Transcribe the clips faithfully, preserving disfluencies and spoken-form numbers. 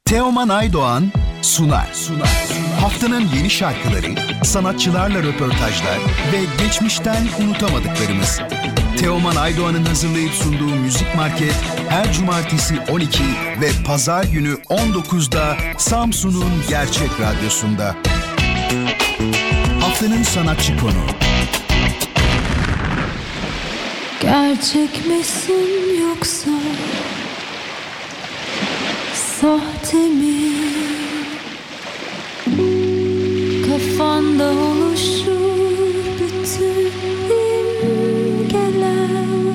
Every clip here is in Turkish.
Teoman Aydoğan sunar. sunar. Haftanın yeni şarkıları, sanatçılarla röportajlar ve geçmişten unutamadıklarımız. Teoman Aydoğan'ın hazırlayıp sunduğu Müzik Market her cumartesi on iki ve pazar günü on dokuzda Samsun'un Gerçek Radyosu'nda. Haftanın sanatçı konuğu. Gerçek misin yoksa sahte mi? Kafanda oluşur bütün imgeler.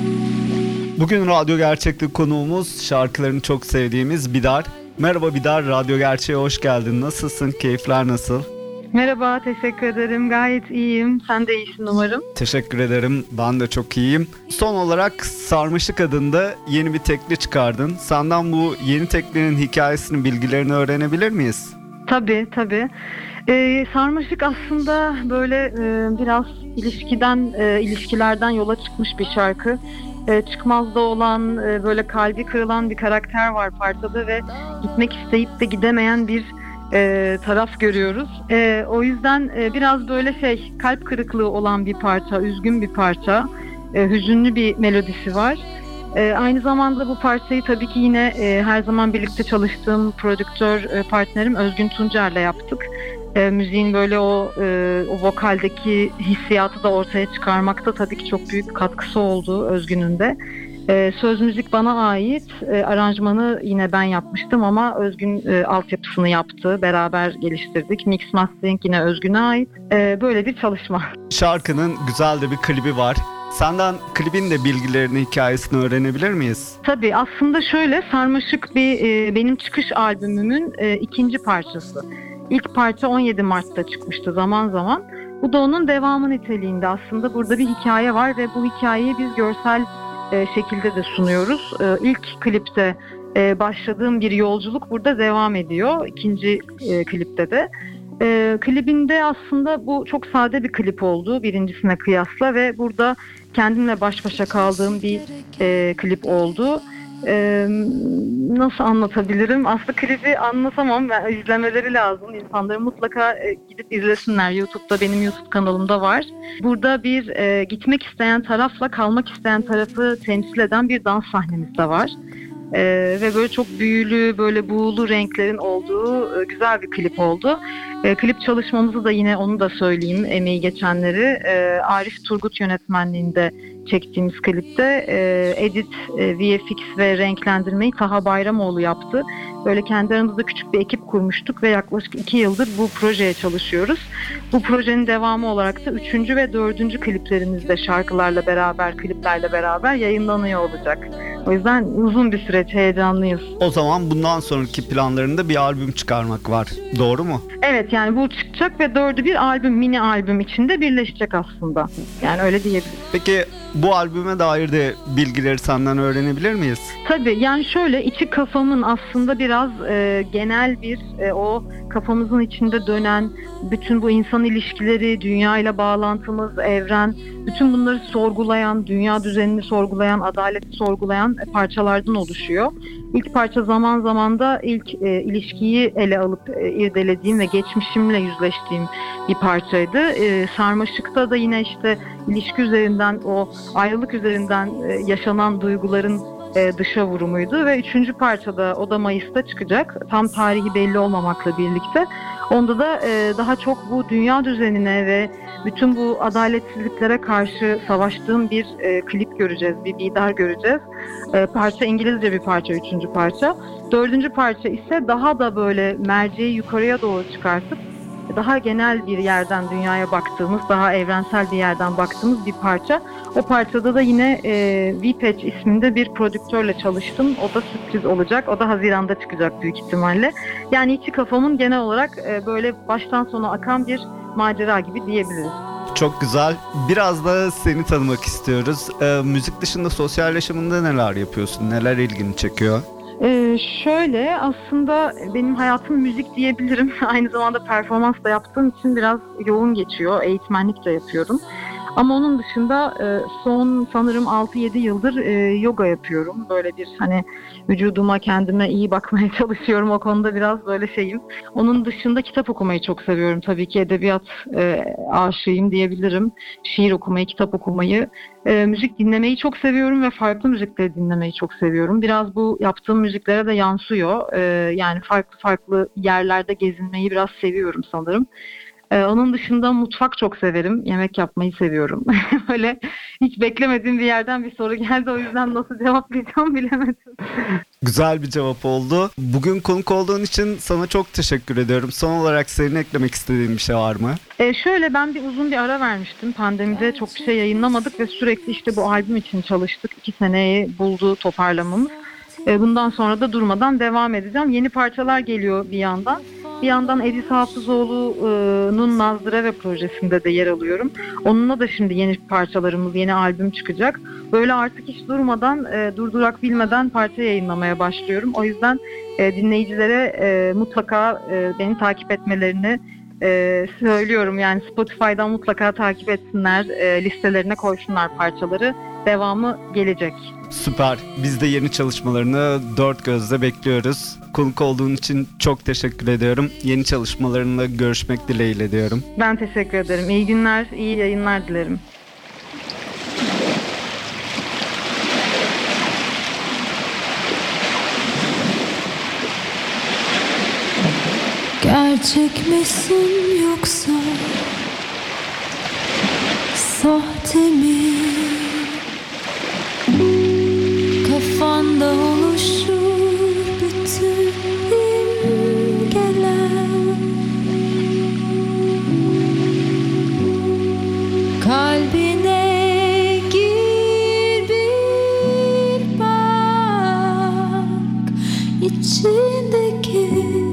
Bugün Radyo Gerçek'te konuğumuz şarkılarını çok sevdiğimiz Bidar. Merhaba Bidar, Radyo Gerçek'e hoş geldin. Nasılsın? Keyifler nasıl? Merhaba, teşekkür ederim. Gayet iyiyim. Sen de iyisin umarım. Teşekkür ederim. Ben de çok iyiyim. Son olarak Sarmaşık adında yeni bir tekli çıkardın. Senden bu yeni teklinin hikayesini, bilgilerini öğrenebilir miyiz? Tabii, tabii. Ee, Sarmaşık aslında böyle e, biraz ilişkiden, e, ilişkilerden yola çıkmış bir şarkı. E, çıkmazda olan, e, böyle kalbi kırılan bir karakter var parçada ve gitmek isteyip de gidemeyen bir E, taraf görüyoruz. E, o yüzden e, biraz böyle şey kalp kırıklığı olan bir parça, üzgün bir parça, e, hüzünlü bir melodisi var. E, aynı zamanda bu parçayı tabii ki yine e, her zaman birlikte çalıştığım prodüktör e, partnerim Özgün Tuncer'le yaptık. E, müziğin böyle o, e, o vokaldeki hissiyatı da ortaya çıkarmakta tabii ki çok büyük katkısı oldu Özgün'ün de. Ee, söz müzik bana ait, e, aranjmanı yine ben yapmıştım ama Özgün e, altyapısını yaptı, beraber geliştirdik. Mix mastering yine Özgün'e ait, e, böyle bir çalışma. Şarkının güzel de bir klibi var. Senden klibin de bilgilerini, hikayesini öğrenebilir miyiz? Tabii, aslında şöyle, Sarmaşık bir e, benim çıkış albümümün e, ikinci parçası. İlk parça on yedi Mart'ta çıkmıştı Zaman Zaman. Bu da onun devamı niteliğinde aslında. Burada bir hikaye var ve bu hikayeyi biz görsel E, şekilde de sunuyoruz. E, ilk klipte e, başladığım bir yolculuk burada devam ediyor. İkinci e, klipte de. E, klibinde aslında bu çok sade bir klip oldu birincisine kıyasla ve burada kendimle baş başa kaldığım bir e, klip oldu. E, nasıl anlatabilirim? Aslında klibi anlatamam. Ben, izlemeleri lazım. İnsanların mutlaka e, gidip izlesinler. YouTube'da, benim YouTube kanalımda var. Burada bir e, gitmek isteyen tarafla kalmak isteyen tarafı temsil eden bir dans sahnemiz de var. E, ve böyle çok büyülü, böyle buğulu renklerin olduğu e, güzel bir klip oldu. E, klip çalışmamızı da yine onu da söyleyeyim, emeği geçenleri. E, Arif Turgut yönetmenliğinde çektiğimiz klipte e, edit, e, V F X ve renklendirmeyi Taha Bayramoğlu yaptı. Böyle kendi aramızda küçük bir ekip kurmuştuk ve yaklaşık iki yıldır bu projeye çalışıyoruz. Bu projenin devamı olarak da üçüncü ve dördüncü kliplerimizde şarkılarla beraber, kliplerle beraber yayınlanıyor olacak. O yüzden uzun bir süreç, heyecanlıyız. O zaman bundan sonraki planlarında bir albüm çıkarmak var. Doğru mu? Evet, yani bu çıkacak ve dördü bir albüm, mini albüm içinde birleşecek aslında. Yani öyle diyebiliriz. Peki bu albüme dair de bilgileri senden öğrenebilir miyiz? Tabii, yani şöyle, içi kafamın aslında biraz e, genel bir e, o kafamızın içinde dönen bütün bu insan ilişkileri, dünya ile bağlantımız, evren, bütün bunları sorgulayan, dünya düzenini sorgulayan, adaleti sorgulayan parçalardan oluşuyor. İlk parça Zaman Zaman'da ilk e, ilişkiyi ele alıp e, irdelediğim ve geçmişimle yüzleştiğim bir parçaydı. E, Sarmaşık'ta da yine işte ilişki üzerinden, o ayrılık üzerinden e, yaşanan duyguların e, dışa vurumuydu ve üçüncü parçada, o da Mayıs'ta çıkacak. Tam tarihi belli olmamakla birlikte. Onda da e, daha çok bu dünya düzenine ve bütün bu adaletsizliklere karşı savaştığım bir e, klip göreceğiz, bir Bidar göreceğiz. E, parça İngilizce bir parça, üçüncü parça. Dördüncü parça ise daha da böyle merceği yukarıya doğru çıkartıp daha genel bir yerden dünyaya baktığımız, daha evrensel bir yerden baktığımız bir parça. O parçada da yine e, V-Patch isminde bir prodüktörle çalıştım. O da sürpriz olacak. O da Haziran'da çıkacak büyük ihtimalle. Yani içi kafamın genel olarak e, böyle baştan sona akan bir macera gibi diyebiliriz. Çok güzel. Biraz da seni tanımak istiyoruz. E, müzik dışında sosyal yaşamında neler yapıyorsun? Neler ilgini çekiyor? Ee, şöyle, aslında benim hayatım müzik diyebilirim. Aynı zamanda performans da yaptığım için biraz yoğun geçiyor. Eğitmenlik de yapıyorum. Ama onun dışında e, son sanırım altı yedi yıldır e, yoga yapıyorum. Böyle bir hani vücuduma, kendime iyi bakmaya çalışıyorum. O konuda biraz böyle şeyim. Onun dışında kitap okumayı çok seviyorum. Tabii ki edebiyat e, aşığıyım diyebilirim. Şiir okumayı, kitap okumayı. E, müzik dinlemeyi çok seviyorum ve farklı müzikleri dinlemeyi çok seviyorum. Biraz bu yaptığım müziklere de yansıyor. E, yani farklı farklı yerlerde gezinmeyi biraz seviyorum sanırım. Ee, onun dışında mutfak çok severim. Yemek yapmayı seviyorum. Öyle hiç beklemediğim bir yerden bir soru geldi. O yüzden nasıl cevaplayacağım bilemedim. Güzel bir cevap oldu. Bugün konuk olduğun için sana çok teşekkür ediyorum. Son olarak senin eklemek istediğin bir şey var mı? Ee, şöyle ben bir uzun bir ara vermiştim. Pandemide çok bir şey yayınlamadık ve sürekli işte bu albüm için çalıştık. İki seneyi buldu toparlamamız. Ee, bundan sonra da durmadan devam edeceğim. Yeni parçalar geliyor bir yandan. Bir yandan Edis Hafızoğlu'nun Nazdıreve projesinde de yer alıyorum. Onunla da şimdi yeni parçalarımız, yeni albüm çıkacak. Böyle artık hiç durmadan, e, durdurak bilmeden parça yayınlamaya başlıyorum. O yüzden e, dinleyicilere e, mutlaka e, beni takip etmelerini e, söylüyorum. Yani Spotify'dan mutlaka takip etsinler, e, listelerine koysunlar parçaları. Devamı gelecek. Süper. Biz de yeni çalışmalarını dört gözle bekliyoruz. Konuk olduğun için çok teşekkür ediyorum. Yeni çalışmalarınla görüşmek dileğiyle diyorum. Ben teşekkür ederim. İyi günler, iyi yayınlar dilerim. Gerçek misin yoksa sahte mi? Kafanda oluşur bütün imgeler. Kalbine gir bir bak, içindeki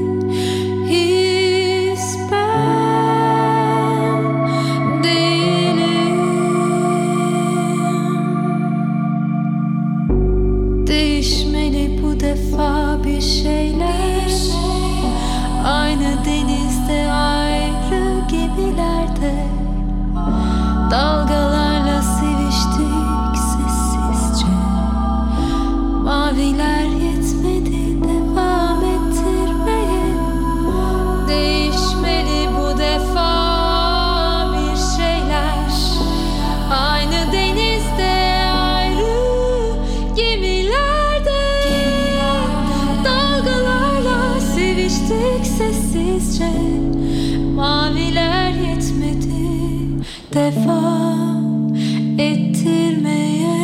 his ben değilim. Değişmeli bu defa bir şeyler. Aynı denizde, ayrı gemilerde, dalgalarla seviştik sessizce. Maviler yetmedi devam ettirmeye. Değişmeli bu defa bir şeyler. Aynı denizde, ayrı gemilerde, dalgalarla seviştik sessizce. Maviler yetmedi devam ettirmeye.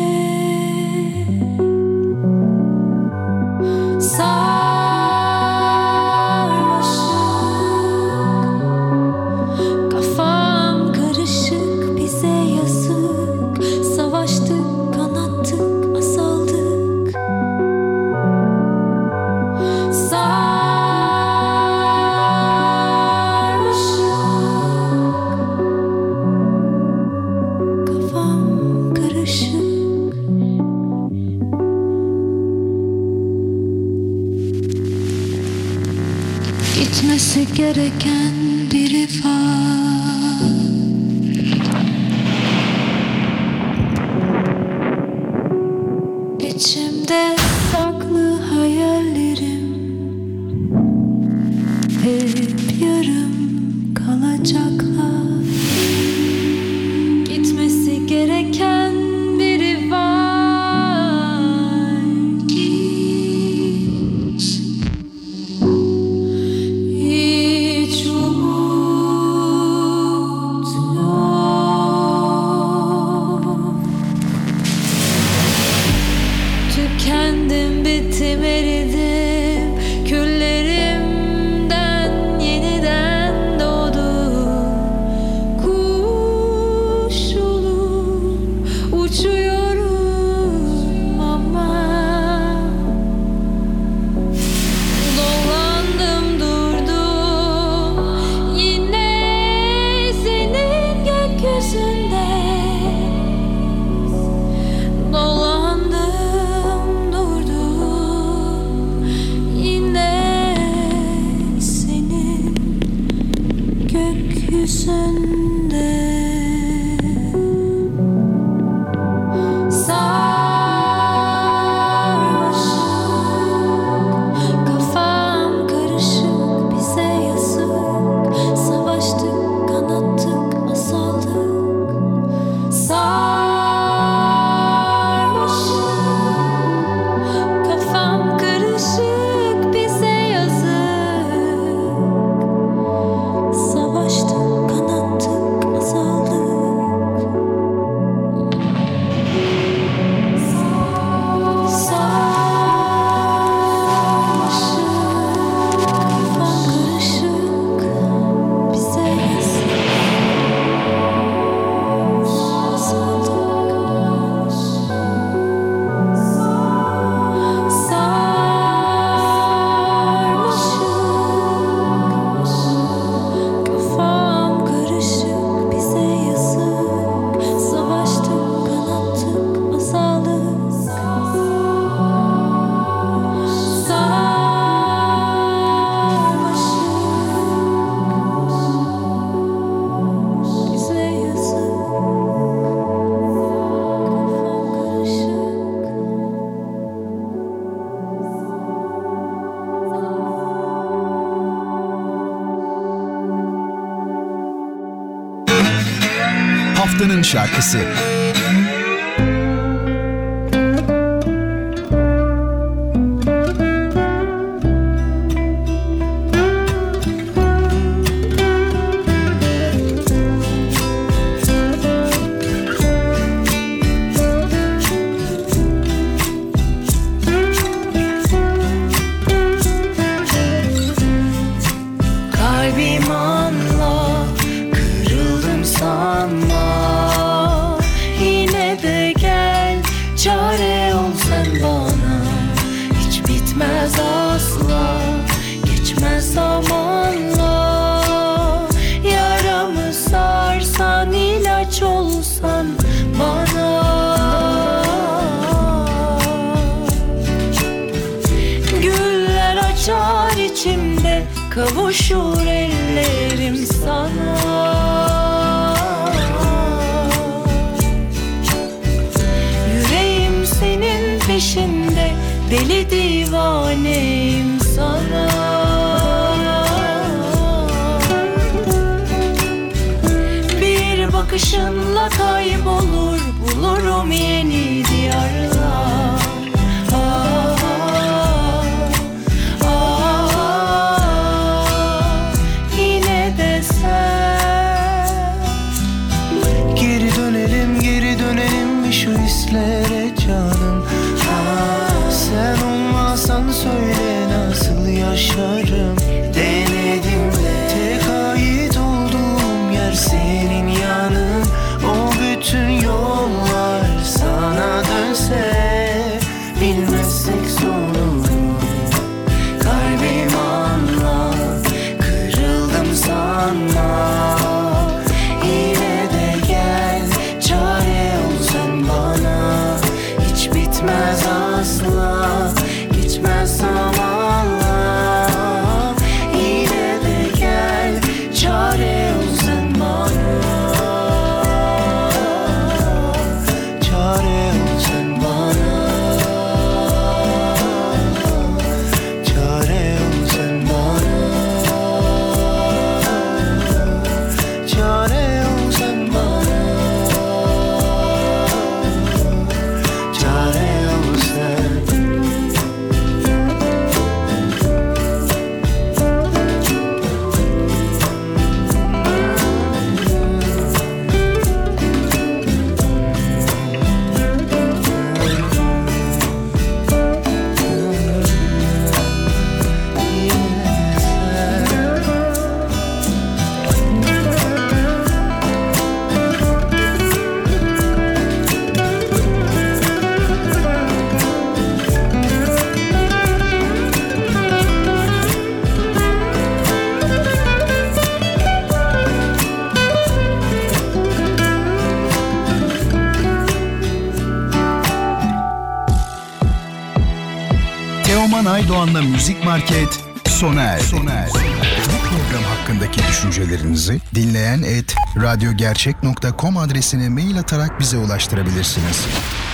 Sarmaşık, kafam karışık, bize yazık. Savaştık, kanattık, azaldık. Sarmaşık, kafam karışık. Gitmesi gereken biri var. İçimde saklı hayallerim hep yarım kalacaklar. Gitmesi gereken biri var. Hiç, hiç umut yok. Tükendim, bittim, eridim. Küllerimden yeniden doğdum. Kuş olup uçuyorum ama dolandım durdum yine senin gökyüzünde. Dolandım durdum yine senin gökyüzünde. Haftanın şarkısı. Kalbim anla, kırıldım sanma. Yine de gel, çare ol sen bana. Hiç bitmez asla, geçmez zamanla. Yaramı sarsan, ilaç olsan bana. Güller açar içimde, kavuşur ellerim sana. Yüreğim senin peşinde, deli divaneyim sana. Bir bakışınla kaybolur, bulurum yeni diyarlar. Ah, ah, ah, yine de sen. Geri dönelim, geri dönelim şu hislere canım. Ah, sen olmazsan söyle nasıl yaşarım. Denedim de tek ait olduğum yer senin yanın. O bütün yollar sana dönse, bilmezsek sonunu. Kalbim anla, kırıldım sanma. Yine de gel, çare ol sen bana. Hiç bitmez asla, geçmez zamanla. Yine de gel, çare ol sen bana. Çare ol sen bana. Çare ol sen bana. Çare ol sen bana. Çare ol sen. Teoman Aydoğan'la Müzik Market sona erdi. Sona erdi. Bu program hakkındaki düşüncelerinizi dinleyen et radyogercek nokta com adresine mail atarak bize ulaştırabilirsiniz.